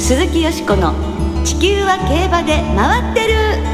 鈴木よしこの地球は競馬で回ってる。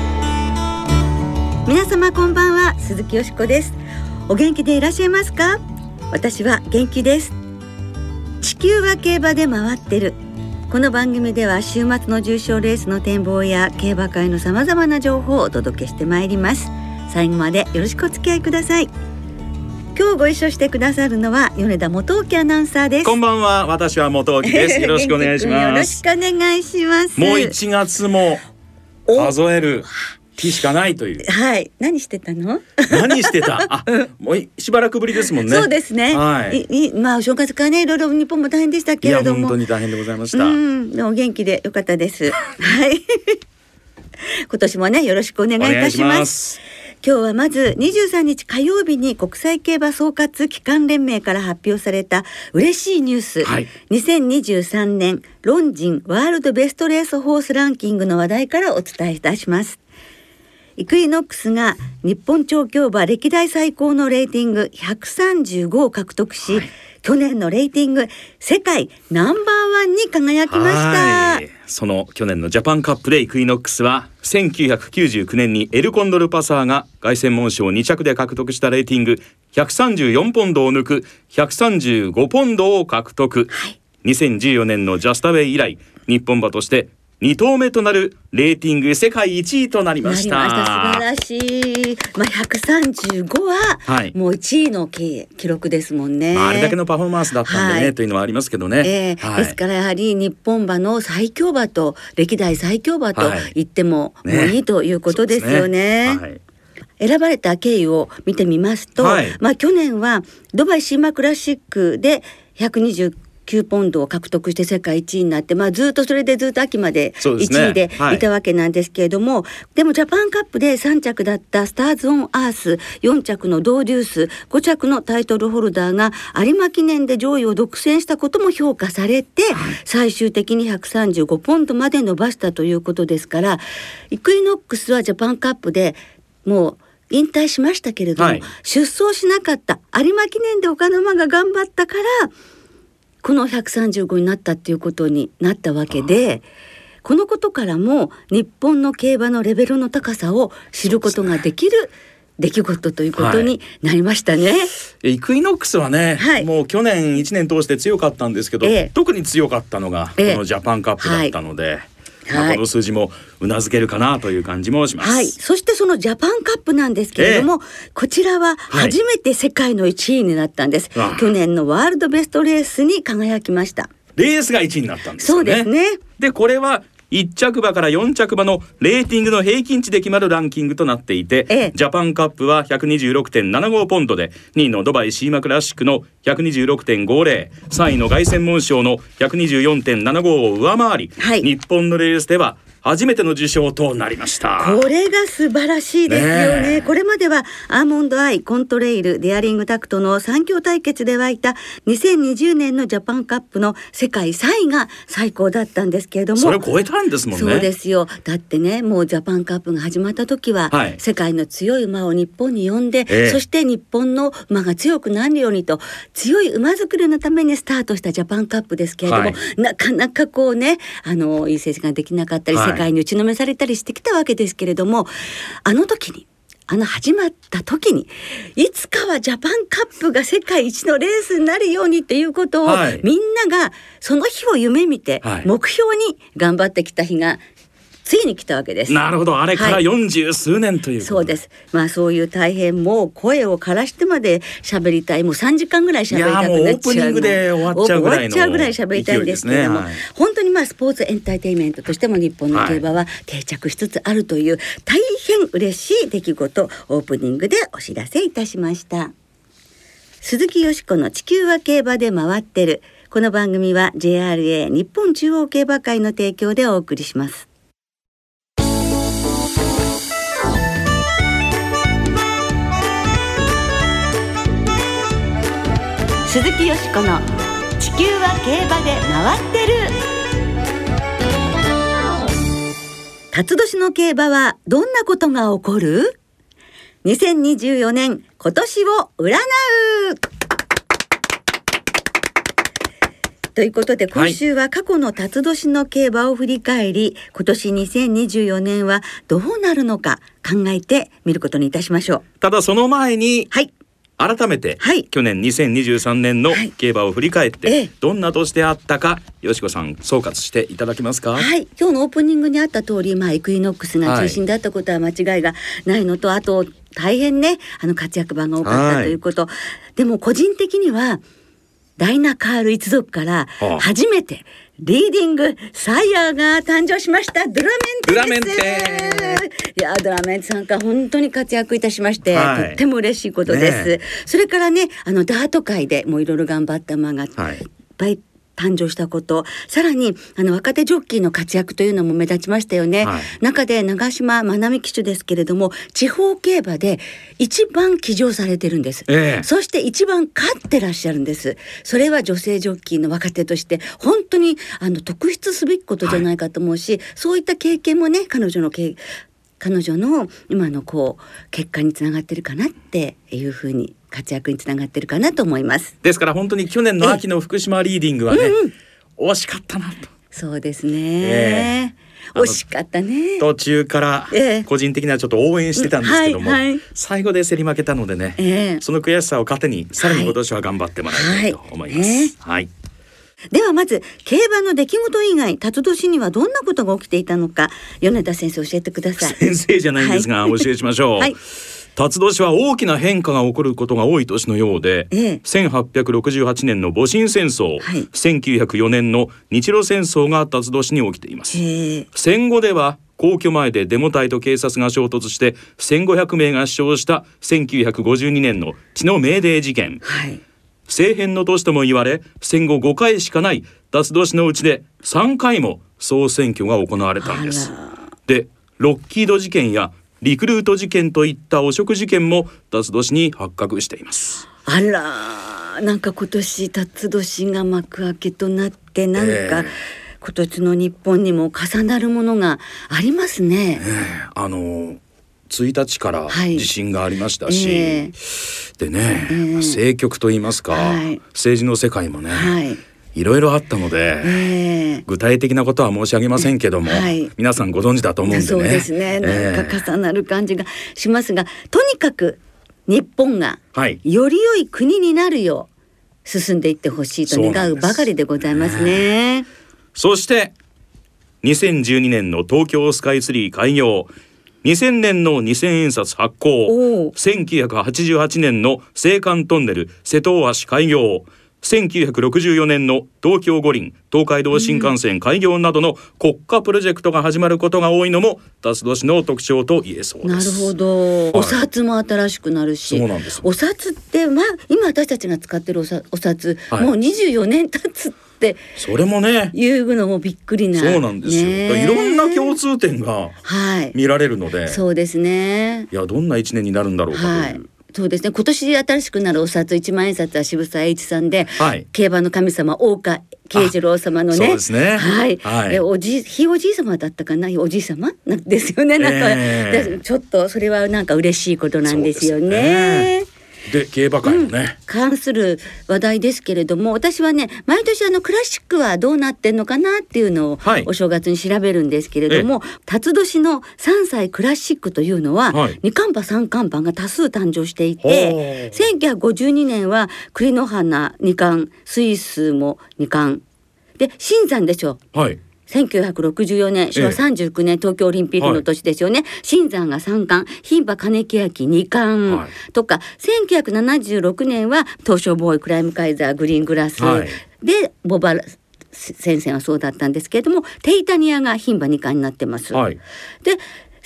皆様こんばんは、鈴木よしこです。お元気でいらっしゃいますか？私は元気です。地球は競馬で回ってる。この番組では週末の重賞レースの展望や競馬界のさまざまな情報をお届けしてまいります。最後までよろしくお付き合いください。今日ご一緒してくださるのは米田元沖アナウンサーです。 こんばんは、私は元沖です。よろしくお願いします。 よろしくお願いします。 もう1月も数える日しかないという。 はい、何してたの？ 何してた？もうしばらくぶりですもんね。 そうですね。 はい。 まあお正月からね、いろいろ日本も大変でしたけれども。 いや本当に大変でございました。 でもお元気でよかったです。はい。今年もねよろしくお願いいたします。今日はまず23日火曜日に国際競馬総括機関連盟から発表された嬉しいニュース、2023年ロンジンワールドベストレースホースランキングの話題からお伝えいたします。イクイノックスが日本調教馬歴代最高のレーティング135を獲得し、去年のレーティング世界ナンバーワンに輝きました。 その去年のジャパンカップでイクイノックスは1999年にエルコンドルパサーが凱旋門賞2着で獲得したレーティング134ポンドを抜く135ポンドを獲得、2014年のジャスタウェイ以来日本馬として2頭目となるレーティング世界1位となりました。 素晴らしい。135はもう1位の記録ですもんね。 あれだけのパフォーマンスだったんでね、というのはありますけどね。 ですからやはり日本馬の最強馬と歴代最強馬と言ってもいいということですよね。選ばれた経緯を見てみますと、去年はドバイシーマクラシックで129ポンドを獲得して世界1位になって、ずっとそれでずっと秋まで1位でいたわけなんですけれども、でもジャパンカップで3着だったスターズオンアース、4着のドーデュース、5着のタイトルホルダーが有馬記念で上位を独占したことも評価されて、最終的に135ポンドまで伸ばしたということですから、イクイノックスはジャパンカップでもう引退しましたけれども、出走しなかった有馬記念で他の馬が頑張ったからこの135になったっていうことになったわけで、このことからも日本の競馬のレベルの高さを知ることができる出来事ということになりましたね。 イクイノックスはね、もう去年1年通して強かったんですけど、特に強かったのがこのジャパンカップだったので、この数字もうなずけるかなという感じもします。 そしてそのジャパンカップなんですけれども、こちらは初めて世界の1位になったんです。去年のワールドベストレースに輝きました。 レースが1位になったんですよね。 そうですね。 でこれは1着馬から4着馬のレーティングの平均値で決まるランキングとなっていて、ジャパンカップは 126.75 ポンドで2位のドバイシーマクラシックの 126.50、 3位の凱旋門賞の 124.75 を上回り、日本のレースでは初めての受賞となりました。 これが素晴らしいですよね。これまではアーモンドアイ、コントレイル、デアリングタクトの3強対決で湧いた2020年のジャパンカップの世界3位が最高だったんですけれども、 それを超えたんですもんね。 そうですよ。だってね、もうジャパンカップが始まった時は、世界の強い馬を日本に呼んで、そして日本の馬が強くなるようにと強い馬作りのためにスタートしたジャパンカップですけれども、なかなかこうね、いい成績ができなかったり、世界に打ちのめされたりしてきたわけですけれども、あの時に始まった時にいつかはジャパンカップが世界一のレースになるようにっていうことを、みんながその日を夢見て、目標に頑張ってきた日がついに来たわけです。 なるほど。あれから40数年ということ、 そうです。そういう大変もう声を枯らしてまで喋りたい、もう3時間ぐらい喋りたくなっちゃう。 もうオープニングで終わっちゃうぐらいの喋りたいんですけれども、本当にスポーツエンターテインメントとしても日本の競馬は定着しつつあるという大変嬉しい出来事、オープニングでお知らせいたしました。鈴木よしこの地球は競馬で回ってる。この番組は JRA 日本中央競馬会の提供でお送りします。鈴木よしこの地球は競馬で回ってる。辰年の競馬はどんなことが起こる？2024年今年を占う。 ということで今週は過去の辰年の競馬を振り返り、今年2024年はどうなるのか考えてみることにいたしましょう。 ただその前に、改めて、去年2023年の競馬を振り返って、どんな年であったか、よしこさん総括していただけますか。 今日のオープニングにあった通り、イクイノックスが中心だったことは間違いがないのと、あと大変ね活躍馬が多かったということ、でも個人的にはダイナカール一族から初めてリーディングサイヤーが誕生しました。ドラメンテです。いやドラメンテさんから本当に活躍いたしまして、とっても嬉しいことです、それからねダート界でもういろいろ頑張った馬がいっぱい誕生したこと、さらに若手ジョッキーの活躍というのも目立ちましたよね、中で長島愛美騎手ですけれども、地方競馬で一番騎乗されてるんです、そして一番勝ってらっしゃるんです。それは女性ジョッキーの若手として本当に特筆すべきことじゃないかと思うし、そういった経験もね彼女の今の結果につながってるかなっていうふうに、活躍につながってるかなと思います。 ですから本当に去年の秋の福島リーディングはね、惜しかったなと。 そうですね、惜しかったね。 途中から個人的にはちょっと応援してたんですけども、最後で競り負けたのでね、その悔しさを糧にさらに今年は頑張ってもらいたいと思います。 ではまず競馬の出来事以外、辰年にはどんなことが起きていたのか、米田先生教えてください。 先生じゃないんですが、教えしましょう。辰年は大きな変化が起こることが多い年のようで、1868年の戊辰戦争、1904年の日露戦争が辰年に起きています。戦後では皇居前でデモ隊と警察が衝突して1500名が死傷した1952年の血のメーデー事件、政変の年とも言われ、戦後5回しかない辰年のうちで3回も総選挙が行われたんです。で、ロッキード事件やリクルート事件といった汚職事件も辰年に発覚しています。 なんか今年辰年が幕開けとなって、なんか今年の日本にも重なるものがありますね。 1日から地震がありましたし、でね、政局といいますか、政治の世界もね、いろいろあったので、具体的なことは申し上げませんけども、皆さんご存知だと思うんでね。 そうですね、なんか重なる感じがしますが、とにかく日本がより良い国になるよう進んでいってほしいと願うばかりでございますね。 そして2012年の東京スカイツリー開業、2000年の2000円札発行、1988年の青函トンネル瀬戸大橋開業、1964年の東京五輪東海道新幹線開業などの国家プロジェクトが始まることが多いのも辰年の特徴と言えそうです。 なるほど、お札も新しくなるし、お札って、今私たちが使ってるお札、もう24年経つってそれもねいうのもびっくりな。 そうなんですよ、いろんな共通点が見られるので、 そうですね、 いやどんな一年になるんだろうかという、 そうですね、今年新しくなるお札1万円札は渋沢栄一さんで、競馬の神様大岡慶次郎様のね、 そうですね、 ひいおじい様だったかな、おじい様なんですよね、ちょっとそれはなんか嬉しいことなんですよね。 で競馬界のね、 関する話題ですけれども、私はね毎年クラシックはどうなってんのかなっていうのをお正月に調べるんですけれども、辰年の3歳クラシックというのは、2冠馬3冠馬が多数誕生していて、1952年は栗の花2冠、スイスも2冠で、新山でしょ、1964年昭和39年東京オリンピックの年ですよね、新山が3冠、牝馬金木焼2冠、とか1976年は東証ボーイクライムカイザーグリーングラス、でボバ先生はそうだったんですけれども、テイタニアが牝馬2冠になってます、で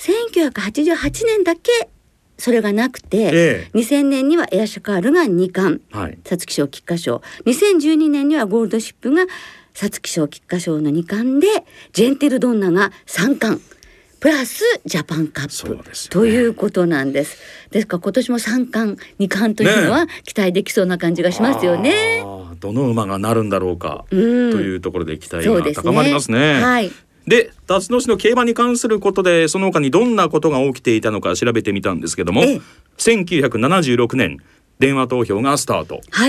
1988年だけそれがなくて、2000年にはエアシャカールが2冠、皐月賞菊花賞、2012年にはゴールドシップが皐月賞菊花賞の2冠で、ジェンテルドンナが3冠プラスジャパンカップ、ということなんです。ですから今年も3冠2冠というのは期待できそうな感じがしますよね。 どの馬がなるんだろうか、というところで期待が高まりますね。で辰年の競馬に関することで、その他にどんなことが起きていたのか調べてみたんですけども、1976年電話投票がスタート、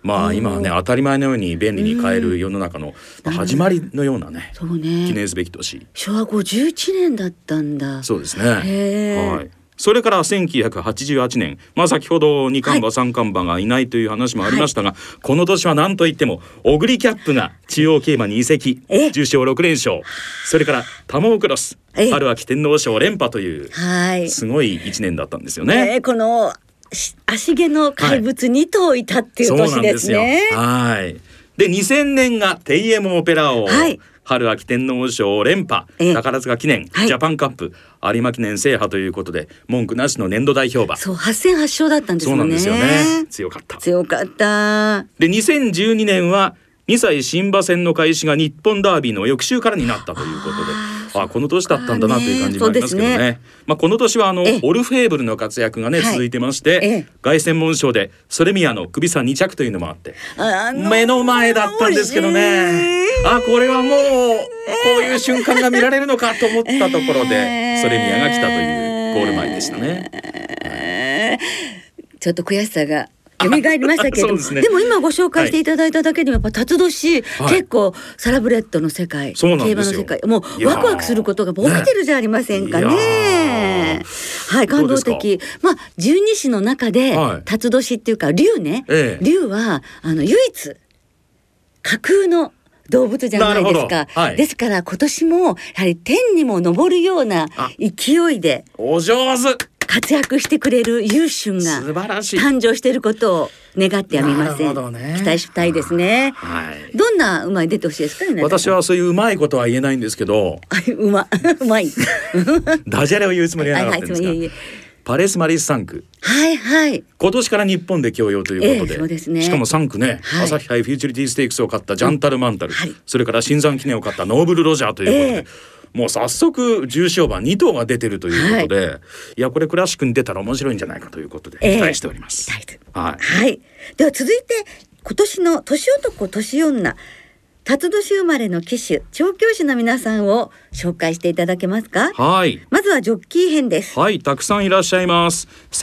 まあ今はね当たり前のように便利に買える世の中の始まりのようなね、 そうね、 記念すべき年。 昭和51年だったんだ。 そうですね。はい。それから1988年、先ほど二冠馬三冠馬がいないという話もありましたが、この年は何といってもオグリキャップが中央競馬に移籍、重賞6連勝、それからタモークロス、春秋天皇賞連覇というすごい1年だったんですよね。 この足毛の怪物2頭いたっていう年ですね。 はい。で2000年がテイエムオペラ王、春秋天皇賞連覇、宝塚記念、ジャパンカップ、有馬記念制覇ということで文句なしの年度代表馬。 そう8戦8勝だったんですよね。 そうなんですよね。強かった。で2012年は2歳新馬戦の開始が日本ダービーの翌週からになったということで、この年だったんだなという感じもありますけどね。この年はオルフェーブルの活躍がね続いてまして、凱旋門賞でソレミアの首差2着というのもあって、目の前だったんですけどね、これはもうこういう瞬間が見られるのかと思ったところでソレミアが来たというゴール前でしたね。 ちょっと悔しさが蘇りましたけれども、でも今ご紹介していただいただけでもやっぱ辰年、結構サラブレッドの世界、競馬の世界、もうワクワクすることが起きてるじゃありませんかね。感動的。十二支の中で辰年っていうか龍ね、龍は唯一架空の動物じゃないですか。ですから今年もやはり天にも昇るような勢いでお上手活躍してくれる優秀が誕生していることを願ってはみません。期待したいですね。どんな馬に出てほしいですかね。 私はそういううまいことは言えないんですけどうまいダジャレを言うつもりはなかったんですが、パレスマリス3区、今年から日本で競用ということで、しかも3区ね、朝日杯フューチュリティステークスを勝ったジャンタルマンタル、それから新山記念を勝ったノーブルロジャーということで、もう早速重賞馬2頭が出てるということで、いやこれクラシックに出たら面白いんじゃないかということで期待しております。 では続いて今年の年男年女辰年生まれの騎手調教師の皆さんを紹介していただけますか。まずはジョッキー編です。 たくさんいらっしゃいます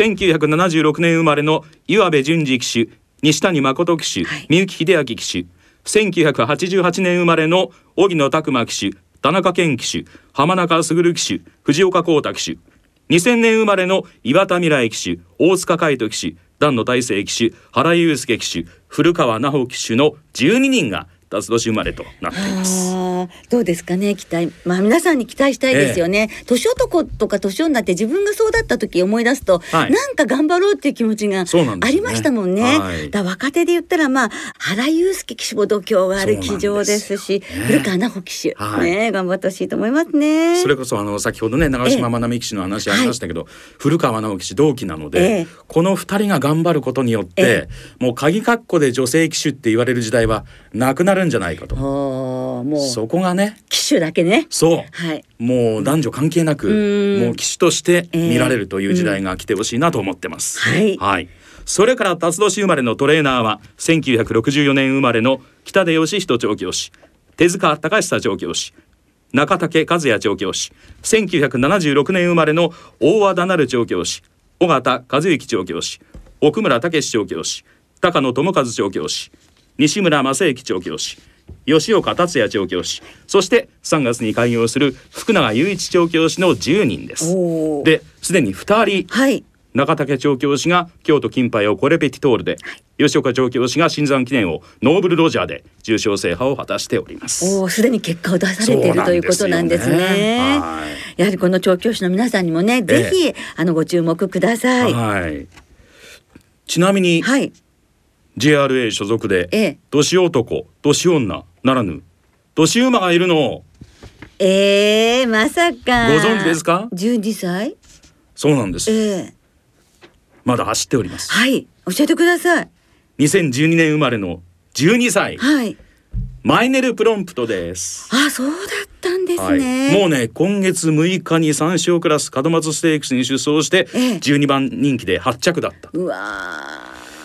。1976年生まれの岩部淳二騎手、西谷誠騎手、三幸秀明騎手。1988年生まれの荻野拓馬騎手、田中健騎手、浜中優騎手、藤岡浩太騎手。2000年生まれの岩田未来騎手、大塚海人騎手、檀野大成騎手、原祐介騎手、古川奈穂騎手の12人が辰年生まれとなっています。 どうですかね、期待。皆さんに期待したいですよね。年男とか年女って自分がそうだった時思い出すと、なんか頑張ろうっていう気持ちがありましたもんね。若手で言ったら原祐介騎手も度胸がある騎乗ですし、古川奈穂騎手、頑張ってほしいと思いますね。 それこそ先ほどね長嶋愛美騎手の話ありましたけど、古川奈穂騎手同期なので、この2人が頑張ることによって、もう鍵括弧で女性騎手って言われる時代はなくなるんじゃないかと。 もうそこがね、 騎手だけね、 もう男女関係なく、もう騎手として見られるという時代が来てほしいなと思ってます。それから辰年生まれのトレーナーは1964年生まれの北出義人調教師、手塚隆久調教師、中竹和也調教師、1976年生まれの大和田成調教師、尾形和之調教師、奥村武史調教師、高野智和調教師、西村正幸調教師、吉岡達也調教師、そして3月に開業する福永雄一調教師の10人です。で、すでに2人、中竹調教師が京都金杯をコレペティトールで、吉岡調教師が新山記念をノーブルロジャーで重賞制覇を果たしております。 すでに結果を出されているということなんですね。やはりこの調教師の皆さんにもね、ぜひご注目ください。 ちなみに、JRA 所属で、年男年女ならぬ年馬がいるの、 まさかご存知ですか。 12歳。 そうなんです。まだ走っております。 教えてください。 2012年生まれの12歳、マイネル・プロンプトです。 そうだったんですね。 もうね、今月6日に3勝クラス門松ステークスに出走して、12番人気で8着だった。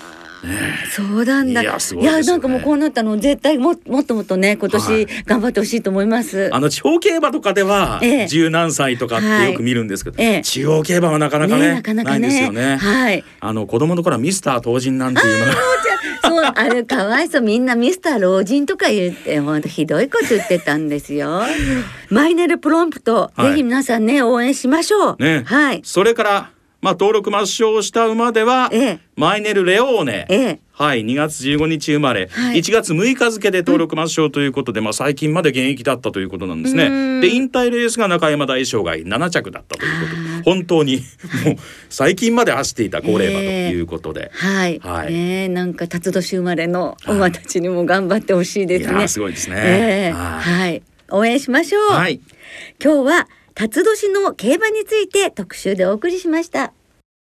そうなんだ。いや、 すごいですよね。 なんかもうこうなったの絶対もっともっとね今年頑張ってほしいと思います。 地方競馬とかでは十何歳とかってよく見るんですけど、中央競馬はなかなかね、ないんですよね。子供の頃はミスター東神なんていうのがそう、あれかわいそう、みんなミスター老人とか言ってほんとひどいこと言ってたんですよ。マイネルプロンプト、ぜひ皆さんね応援しましょう。 それから登録抹消した馬では、マイネルレオーネ、2月15日生まれ、1月6日付で登録抹消ということで、最近まで現役だったということなんですね。で引退レースが中山大障害7着だったということで、本当にもう最近まで走っていた高齢馬ということで、 なんか辰年生まれの馬たちにも頑張ってほしいですね。 すごいですね。 応援しましょう。今日は辰年の競馬について特集でお送りしました。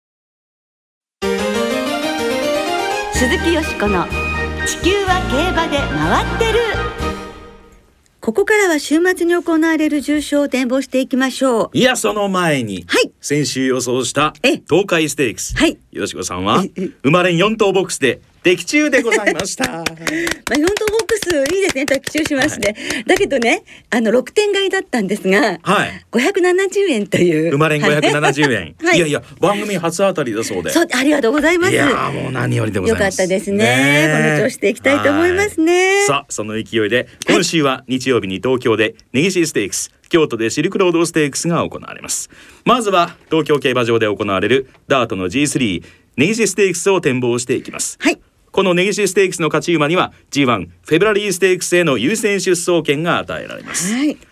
鈴木よしこの地球は競馬で回ってる。ここからは週末に行われる重賞を展望していきましょう。 いや、その前に、先週予想した東海ステークス、よしこさんは生まれん4頭ボックスで的中でございました。 4頭ボックスいいですね、的中しまして、だけどね6点買いだったんですが、570円という生まれん570円、いやいや番組初当たりだそうで、 ありがとうございます。 いやもう何よりでございます。 よかったですね。この調子でいきたいと思いますね。 さあその勢いで今週は日曜日に東京で根岸ステークス、京都でシルクロードステークスが行われます。まずは東京競馬場で行われるダートの G3 根岸ステークスを展望していきます。この根岸ステークスの勝ち馬には G1 フェブラリーステークスへの優先出走権が与えられます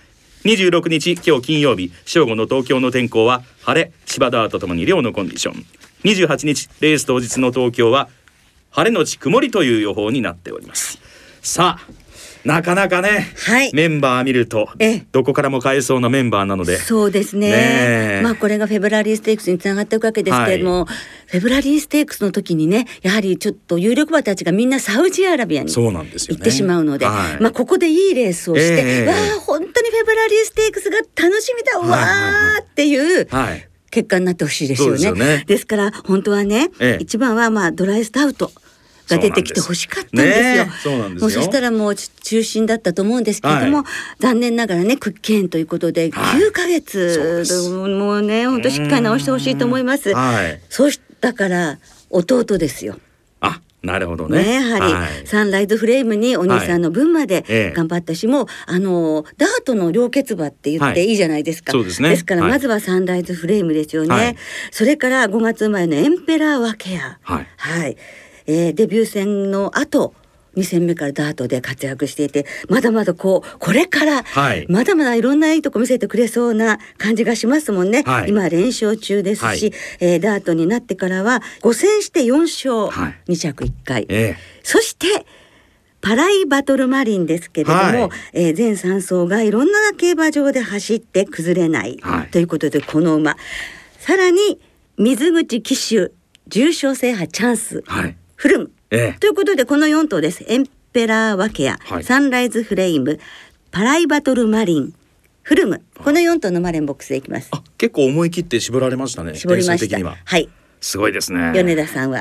。26日今日金曜日正午の東京の天候は晴れ、芝ダートともに両のコンディション。28日レース当日の東京は晴れのち曇りという予報になっております。さあなかなかね、メンバー見るとどこからも買えそうなメンバーなので、 そうですね。これがフェブラリーステークスにつながっていくわけですけれども、フェブラリーステークスの時にねやはりちょっと有力馬たちがみんなサウジアラビアに行ってしまうので、ここでいいレースをして、わあ本当にフェブラリーステークスが楽しみだわーっていう結果になってほしいですよね。ですから本当はね、一番はドライスタウトが出てきて欲しかったんですよ。もうそしたらもう中心だったと思うんですけれども、残念ながらねクッケーンということで9ヶ月、もうね本当しっかり直してほしいと思います。そうしたから弟ですよ。 なるほどね。 やはりサンライズフレームにお兄さんの分まで頑張ったし、もうダートの両決馬って言っていいじゃないですか。ですからまずはサンライズフレームですよね。それから5月生まれのエンペラーワケア、デビュー戦の後2戦目からダートで活躍していて、まだまだこれから、まだまだいろんないいとこ見せてくれそうな感じがしますもんね。今連勝中ですし、ダートになってからは5戦して4勝、2着1回、そしてパライバトルマリンですけれども、全3走がいろんな競馬場で走って崩れない、ということでこの馬、さらに水口騎手重賞制覇チャンス、フルム、ということでこの4頭です。エンペラーワケア、サンライズフレイム、パライバトルマリン、フルム、この4頭のマレンボックスでいきます。 結構思い切って絞られましたね。 絞りました。 すごいですね。 米田さんは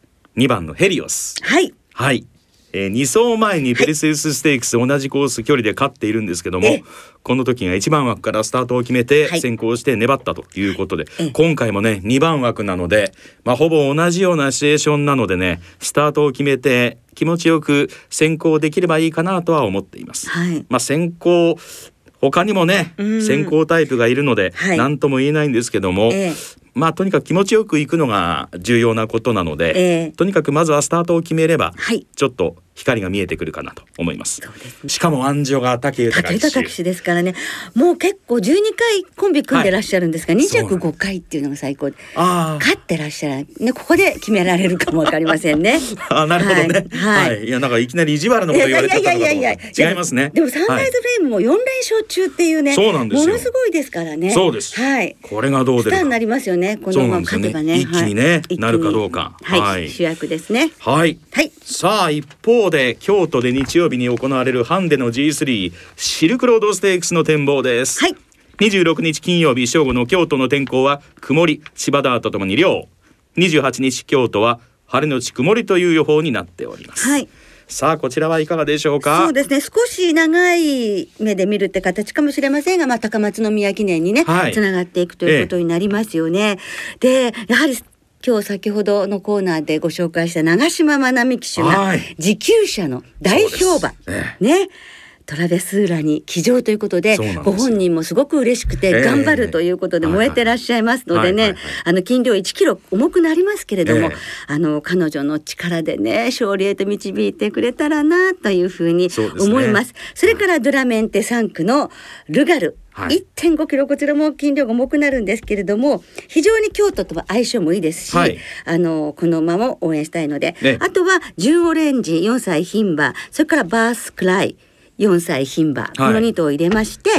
2番のヘリオス。2走前にペルセウスステークス、同じコース距離で勝っているんですけども、この時が1番枠からスタートを決めて先行して粘ったということで、今回もね2番枠なので、ほぼ同じようなシチュエーションなのでね、スタートを決めて気持ちよく先行できればいいかなとは思っています。先行他にもね、先行タイプがいるので何とも言えないんですけども、とにかく気持ちよく行くのが重要なことなので、とにかくまずはスタートを決めれば、ちょっと光が見えてくるかなと思います。しかも安城が武豊騎手ですからね、もう結構12回コンビ組んでらっしゃるんですが、2着5回っていうのが最高で、勝ってらっしゃるね、ここで決められるかもわかりませんね。 なるほどね。いやなんかいきなり意地悪なこと言われちゃったのかと思う。違いますね。 でもサンライズフレームも4連勝中っていうね、ものすごいですからね。 そうです。これがどう出るか。 スターになりますよね。このまま勝てばね。 一気にねなるかどうか。 主役ですね。 さあ一方で京都で日曜日に行われるハンデの G3 シルクロードステークスの展望です。26日金曜日正午の京都の天候は曇り、芝ダートともに両。28日京都は晴れのち曇りという予報になっております。さあこちらはいかがでしょうか。 そうですね、少し長い目で見るって形かもしれませんが、高松宮記念にね、つながっていくということになりますよね。でやはり今日先ほどのコーナーでご紹介した長島愛美騎手が持久者の大評判、ね、トラベスーラに騎乗ということで、ご本人もすごく嬉しくて頑張るということで燃えてらっしゃいますのでね、斤量1キロ重くなりますけれども、彼女の力でね勝利へと導いてくれたらなというふうに思います。それからドラメンテ3区のルガル、1.5 キロ、こちらも斤量が重くなるんですけれども、非常に京都とは相性もいいですし、この馬も応援したいので、あとは純オレンジ4歳牝馬、それからバースクライ4歳牝馬、この2頭を入れまして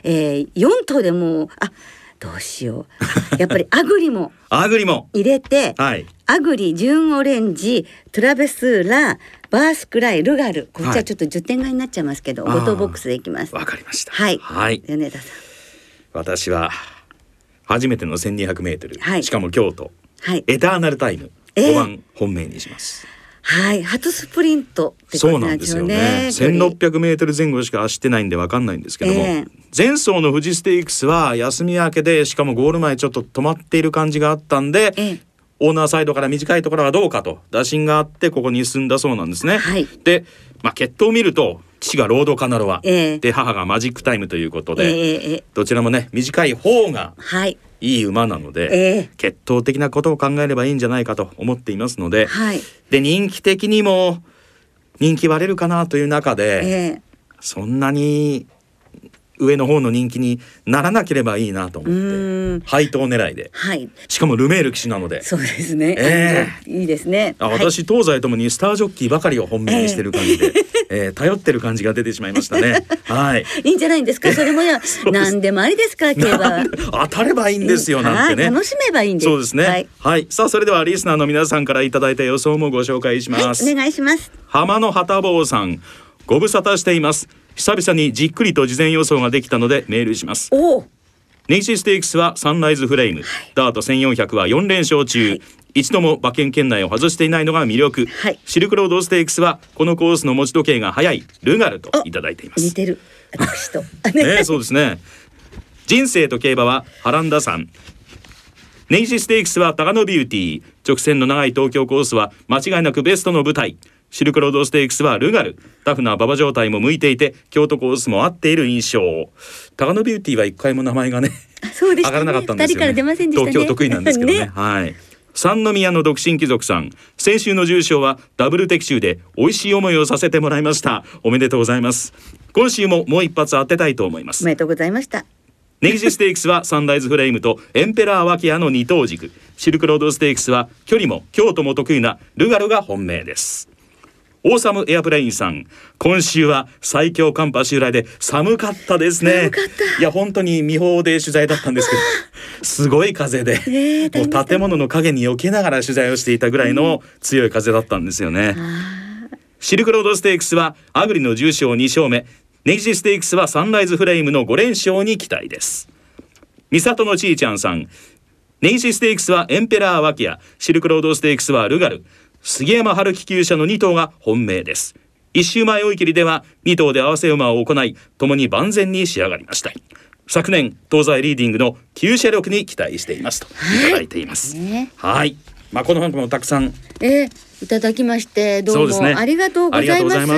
、4頭でもどうしようやっぱりアグリも入れて、アグリ、純オレンジ、トラベスーラ、バースクライ、ルガル、こっちはちょっと10点買いになっちゃいますけど、5頭ボックスでいきます。 わかりました。 米田さん。 私は初めての 1200m、しかも京都、エターナルタイム5番本命にします。 初スプリントってことなんですよね。 1600m 前後しか走ってないんで分かんないんですけども、前走の富士ステークスは休み明けで、しかもゴール前ちょっと止まっている感じがあったんで、オーナーサイドから短いところはどうかと打診があってここに進んだそうなんですね。で、血統を見ると父がロードカナロア、で母がマジックタイムということで、どちらもね短い方がいい馬なので、血統的なことを考えればいいんじゃないかと思っていますので、で人気的にも人気割れるかなという中で、そんなに上の方の人気にならなければいいなと思って配当狙いで、しかもルメール騎手なので、 そうですね、いいですね。 私東西ともにスタージョッキーばかりを本命にしてる感じで、頼ってる感じが出てしまいましたね。 いいんじゃないんですか。それも何でもありですから、競馬当たればいいんですよなんてね、 楽しめばいいんです。 そうですね。さあそれではリスナーの皆さんからいただいた予想もご紹介します。 お願いします。 浜の旗坊さん、ご無沙汰しています。久々にじっくりと事前予想ができたのでメールします。ネイシーステークスはサンライズフレーム、ダート1400は4連勝中、一度も馬券圏内を外していないのが魅力、シルクロードステークスはこのコースの持ち時計が早いルガルといただいています。 似てる私とそうですね。人生と競馬はハランダさん、ネイシーステークスはタガノビューティー、直線の長い東京コースは間違いなくベストの舞台。シルクロードステークスはルガル、タフな馬場状態も向いていて京都コースも合っている印象。タガノビューティーは一回も名前がね上がらなかったんですよね。東京得意なんですけどね。三宮の独身貴族さん、先週の重賞はダブル的中で美味しい思いをさせてもらいました。おめでとうございます。今週ももう一発当てたいと思います。 おめでとうございました。 ネギシステークスはサンライズフレームとエンペラーワキアの二頭軸、シルクロードステークスは距離も京都も得意なルガルが本命です。オーサムエアプレインさん、今週は最強寒波襲来で寒かったですね。いや本当に未報で取材だったんですけどすごい風で、もう建物の陰に避けながら取材をしていたぐらいの強い風だったんですよね。シルクロードステークスはアグリの重賞2勝目、ネギシステークスはサンライズフレームの5連勝に期待です。ミサトのちーちゃんさん、ネギシステークスはエンペラーワキア、シルクロードステークスはルガル、杉山春樹厩舎の2頭が本命です。一周前追い切りでは2頭で合わせ馬を行い、共に万全に仕上がりました。昨年東西リーディングの厩舎力に期待していますといただいています。この本もたくさんいただきましてどうもありがとうございます。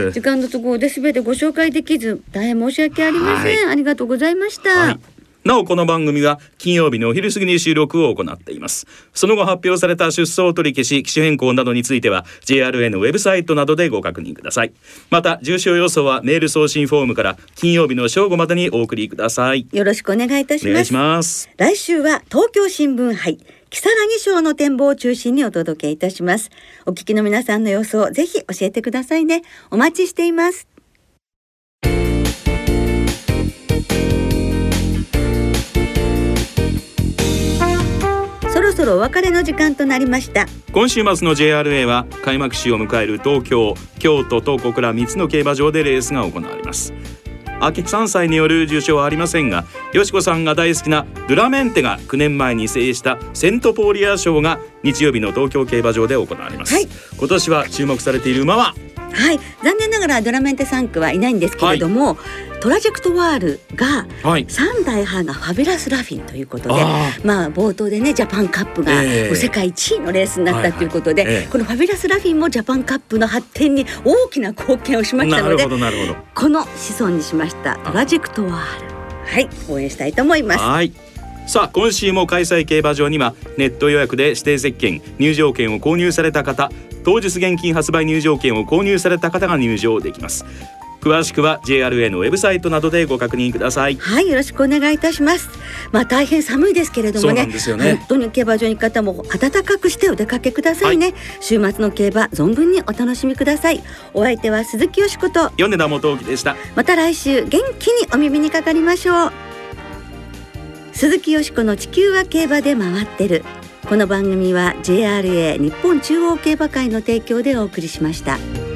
時間の都合で全てご紹介できず大変申し訳ありません。ありがとうございました。 なおこの番組は金曜日のお昼過ぎに収録を行っています。その後発表された出走取り消し、機種変更などについては JRA のウェブサイトなどでご確認ください。また重賞予想はメール送信フォームから金曜日の正午までにお送りください。 よろしくお願いいたします。 お願いします。 来週は東京新聞杯木更木賞の展望を中心にお届けいたします。お聞きの皆さんの予想ぜひ教えてくださいね。お待ちしています。そろそろお別れの時間となりました。 今週末の JRA は開幕週を迎える東京、京都と小倉3つの競馬場でレースが行われます。 秋3歳による受賞はありませんが、よしこさんが大好きなドゥラメンテが9年前に制したセントポーリア賞が日曜日の東京競馬場で行われます、はい、今年は注目されている馬は、 はい、残念ながらドゥラメンテ3区はいないんですけれども、はい、トラジェクトワールが3代派がファビュラスラフィンということで、冒頭でねジャパンカップが世界1位のレースになったということで、このファビュラスラフィンもジャパンカップの発展に大きな貢献をしましたので、この子孫にしましたトラジェクトワール、はい、応援したいと思います。 はい、さあ今週も開催競馬場にはネット予約で指定席券入場券を購入された方、当日現金発売入場券を購入された方が入場できます。詳しくは JRA のウェブサイトなどでご確認ください。 はい、よろしくお願いいたします。大変寒いですけれども ね、本当に競馬場に方も暖かくしてお出かけくださいね、はい、週末の競馬存分にお楽しみください。お相手は鈴木よしこと米田元興でした。 また来週元気にお耳にかかりましょう。鈴木よしこの地球は競馬で回ってる。この番組は JRA 日本中央競馬会の提供でお送りしました。